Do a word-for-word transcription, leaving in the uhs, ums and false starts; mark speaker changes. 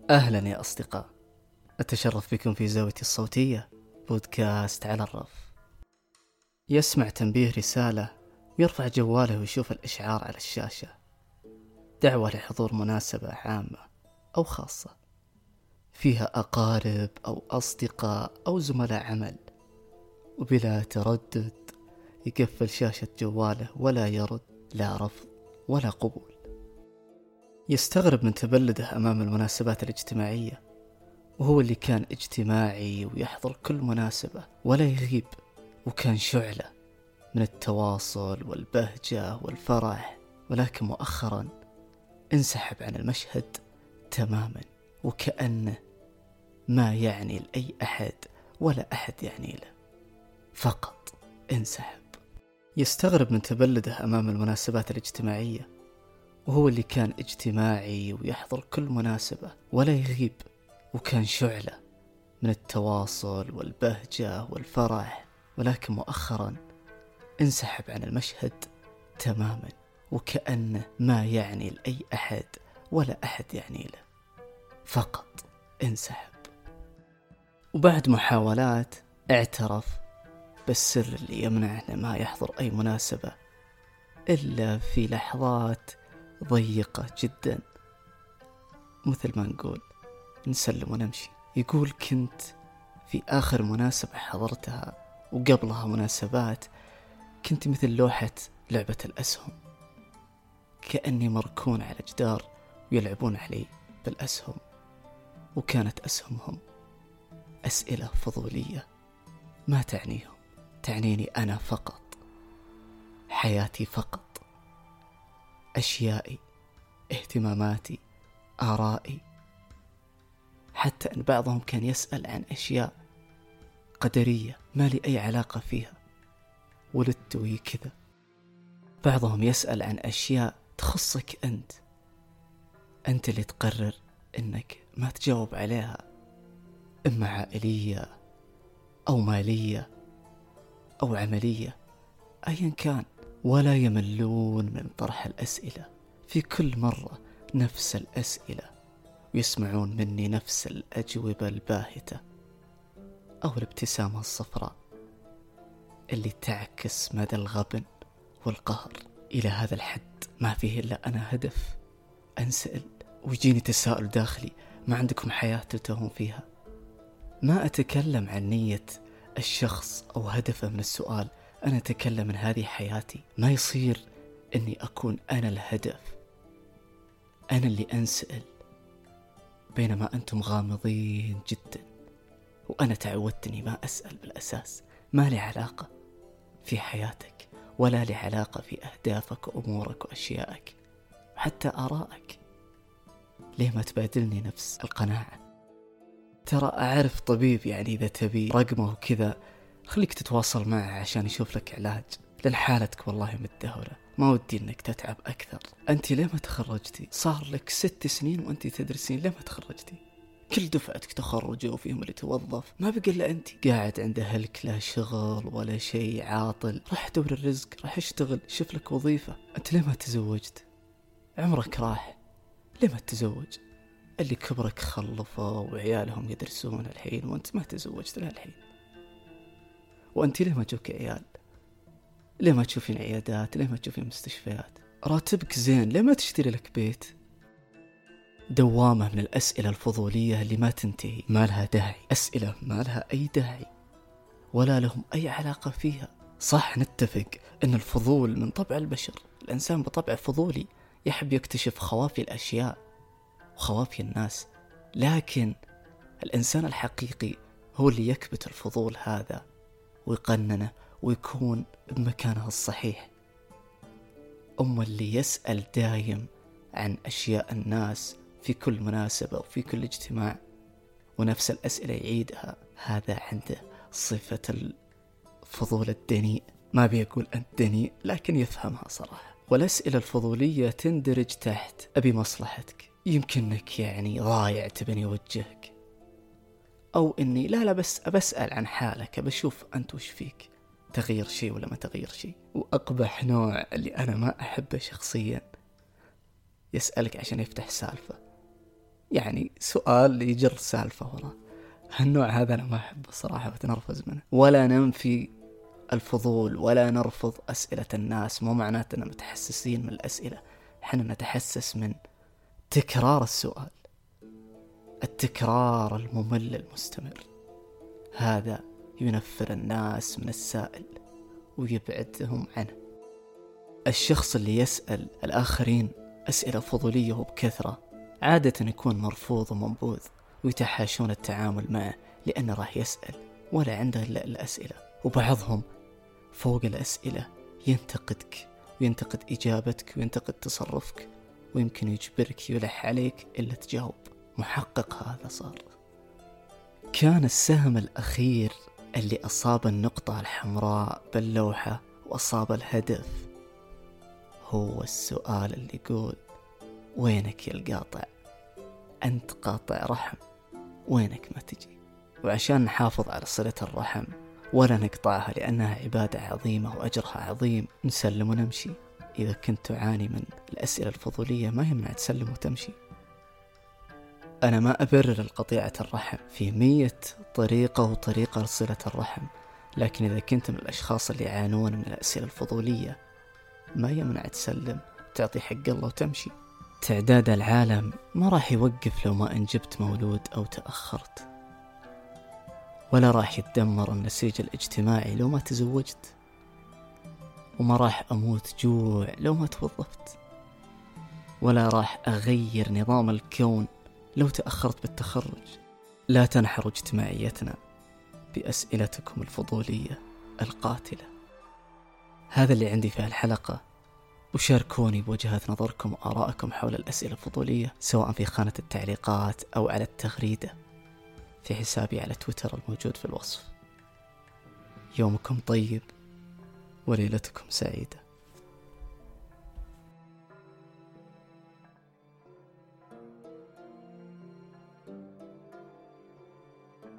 Speaker 1: أهلا يا أصدقاء، أتشرف بكم في زاويتي الصوتية بودكاست على الرف. يسمع تنبيه رسالة ويرفع جواله ويشوف الإشعار على الشاشة، دعوة لحضور مناسبة عامة أو خاصة فيها أقارب أو أصدقاء أو زملاء عمل، وبلا تردد يقفل شاشة جواله ولا يرد لا رفض ولا قبول. يستغرب من تبلده أمام المناسبات الاجتماعية، وهو اللي كان اجتماعي ويحضر كل مناسبة ولا يغيب، وكان شعلة من التواصل والبهجة والفرح، ولكن مؤخرا انسحب عن المشهد تماما، وكأنه ما يعني لأي أحد ولا أحد يعني له، فقط انسحب. يستغرب من تبلده أمام المناسبات الاجتماعية، وهو اللي كان اجتماعي ويحضر كل مناسبة ولا يغيب، وكان شعلة من التواصل والبهجة والفرح، ولكن مؤخرا انسحب عن المشهد تماما، وكأنه ما يعني لأي أحد ولا أحد يعني له، فقط انسحب. وبعد محاولات اعترف بالسر اللي يمنعه ما يحضر أي مناسبة إلا في لحظات ضيقة جدا، مثل ما نقول نسلم ونمشي. يقول كنت في آخر مناسبة حضرتها وقبلها مناسبات كنت مثل لوحة لعبة الأسهم، كأني مركون على جدار ويلعبون علي بالأسهم، وكانت أسهمهم أسئلة فضولية ما تعنيهم، تعنيني أنا فقط، حياتي فقط، أشيائي، اهتماماتي، آرائي. حتى أن بعضهم كان يسأل عن أشياء قدرية ما لي أي علاقة فيها، ولدت وهي كذا. بعضهم يسأل عن أشياء تخصك أنت، أنت اللي تقرر أنك ما تجاوب عليها، إما عائلية أو مالية أو عملية، أيا كان. ولا يملون من طرح الأسئلة، في كل مرة نفس الأسئلة، ويسمعون مني نفس الأجوبة الباهتة أو الابتسامة الصفراء اللي تعكس مدى الغبن والقهر. إلى هذا الحد ما فيه إلا أنا هدف أنسأل، ويجيني تساؤل داخلي: ما عندكم حياة تلتهون فيها؟ ما أتكلم عن نية الشخص أو هدفه من السؤال، أنا أتكلم من هذه حياتي. ما يصير أني أكون أنا الهدف، أنا اللي أنسأل، بينما أنتم غامضين جدا، وأنا تعودتني ما أسأل بالأساس. ما لي علاقة في حياتك، ولا لي علاقة في أهدافك وأمورك وأشيائك وحتى آرائك. ليه ما تبادلني نفس القناعة؟ ترى أعرف طبيب يعني إذا تبي رقمه وكذا خليك تتواصل معه عشان يشوف لك علاج، لأن حالتك والله متدهورة، ما ودي إنك تتعب أكثر. أنت ليه ما تخرجتي؟ صار لك ست سنين وأنت تدرسين، ليه ما تخرجتي؟ كل دفعتك تخرجوا وفيهم اللي توظف، ما بقى إلا أنت قاعد عند أهلك، لا شغل ولا شيء، عاطل. راح دور الرزق، راح اشتغل، شوف لك وظيفة. أنت ليه ما تزوجت؟ عمرك راح، ليه ما تتزوج؟ اللي كبرك خلفوا وعيالهم يدرسون الحين وأنت ما تزوجت لها الحين. وأنت ليه ما تشوفك عيال؟ ليه ما تشوفين عيادات؟ ليه ما تشوفين مستشفيات؟ راتبك زين، ليه ما تشتري لك بيت؟ دوامة من الأسئلة الفضولية اللي ما تنتهي، ما لها داعي، أسئلة ما لها أي داعي ولا لهم أي علاقة فيها. صح، نتفق أن الفضول من طبع البشر، الإنسان بطبع فضولي، يحب يكتشف خوافي الأشياء وخوافي الناس، لكن الإنسان الحقيقي هو اللي يكبت الفضول هذا ويقننه ويكون بمكانه الصحيح. أما اللي يسأل دايم عن أشياء الناس في كل مناسبة وفي كل اجتماع ونفس الأسئلة يعيدها، هذا عنده صفة الفضول الدنيء. ما بيقول أنت دنيء، لكن يفهمها صراحة. والأسئلة الفضولية تندرج تحت أبي مصلحتك، يمكنك يعني ضايع تبني وجهك، أو إني لا لا بس أبسأل عن حالك، بشوف أنت وش فيك، تغير شيء ولا ما تغير شيء. وأقبح نوع اللي أنا ما أحبه شخصيا، يسألك عشان يفتح سالفة، يعني سؤال يجر سالفة وراه. هالنوع هذا أنا ما أحبه صراحة، بتنرفز منه. ولا ننفي الفضول ولا نرفض أسئلة الناس، مو معناته أننا متحسسين من الأسئلة، حنا نتحسس من تكرار السؤال، التكرار الممل المستمر. هذا ينفر الناس من السائل ويبعدهم عنه. الشخص اللي يسأل الآخرين أسئلة فضولية وبكثرة عادة يكون مرفوض ومنبوذ، ويتحاشون التعامل معه لأنه راح يسأل ولا عنده إلا الأسئلة. وبعضهم فوق الأسئلة ينتقدك وينتقد إجابتك وينتقد تصرفك، ويمكن يجبرك يلح عليك إلا تجاوب. محقق هذا صار. كان السهم الأخير اللي أصاب النقطة الحمراء باللوحة وأصاب الهدف هو السؤال اللي يقول: وينك يا القاطع؟ أنت قاطع رحم، وينك ما تجي؟ وعشان نحافظ على صلة الرحم ولا نقطعها لأنها عبادة عظيمة وأجرها عظيم، نسلم ونمشي. إذا كنت تعاني من الأسئلة الفضولية ما يمنع تسلم وتمشي. أنا ما أبرر القطيعة الرحم، في مية طريقة وطريقة لصلة الرحم، لكن إذا كنت من الأشخاص اللي يعانون من الأسئلة الفضولية ما يمنع تسلم تعطي حق الله وتمشي. تعداد العالم ما راح يوقف لو ما أنجبت مولود أو تأخرت، ولا راح يتدمر النسيج الاجتماعي لو ما تزوجت، وما راح أموت جوع لو ما توظفت، ولا راح أغير نظام الكون لو تأخرت بالتخرج. لا تنحروا اجتماعيتنا بأسئلتكم الفضولية القاتلة. هذا اللي عندي في هالحلقة، وشاركوني بوجهات نظركم وآرائكم حول الأسئلة الفضولية سواء في خانة التعليقات أو على التغريدة في حسابي على تويتر الموجود في الوصف. يومكم طيب وليلتكم سعيدة.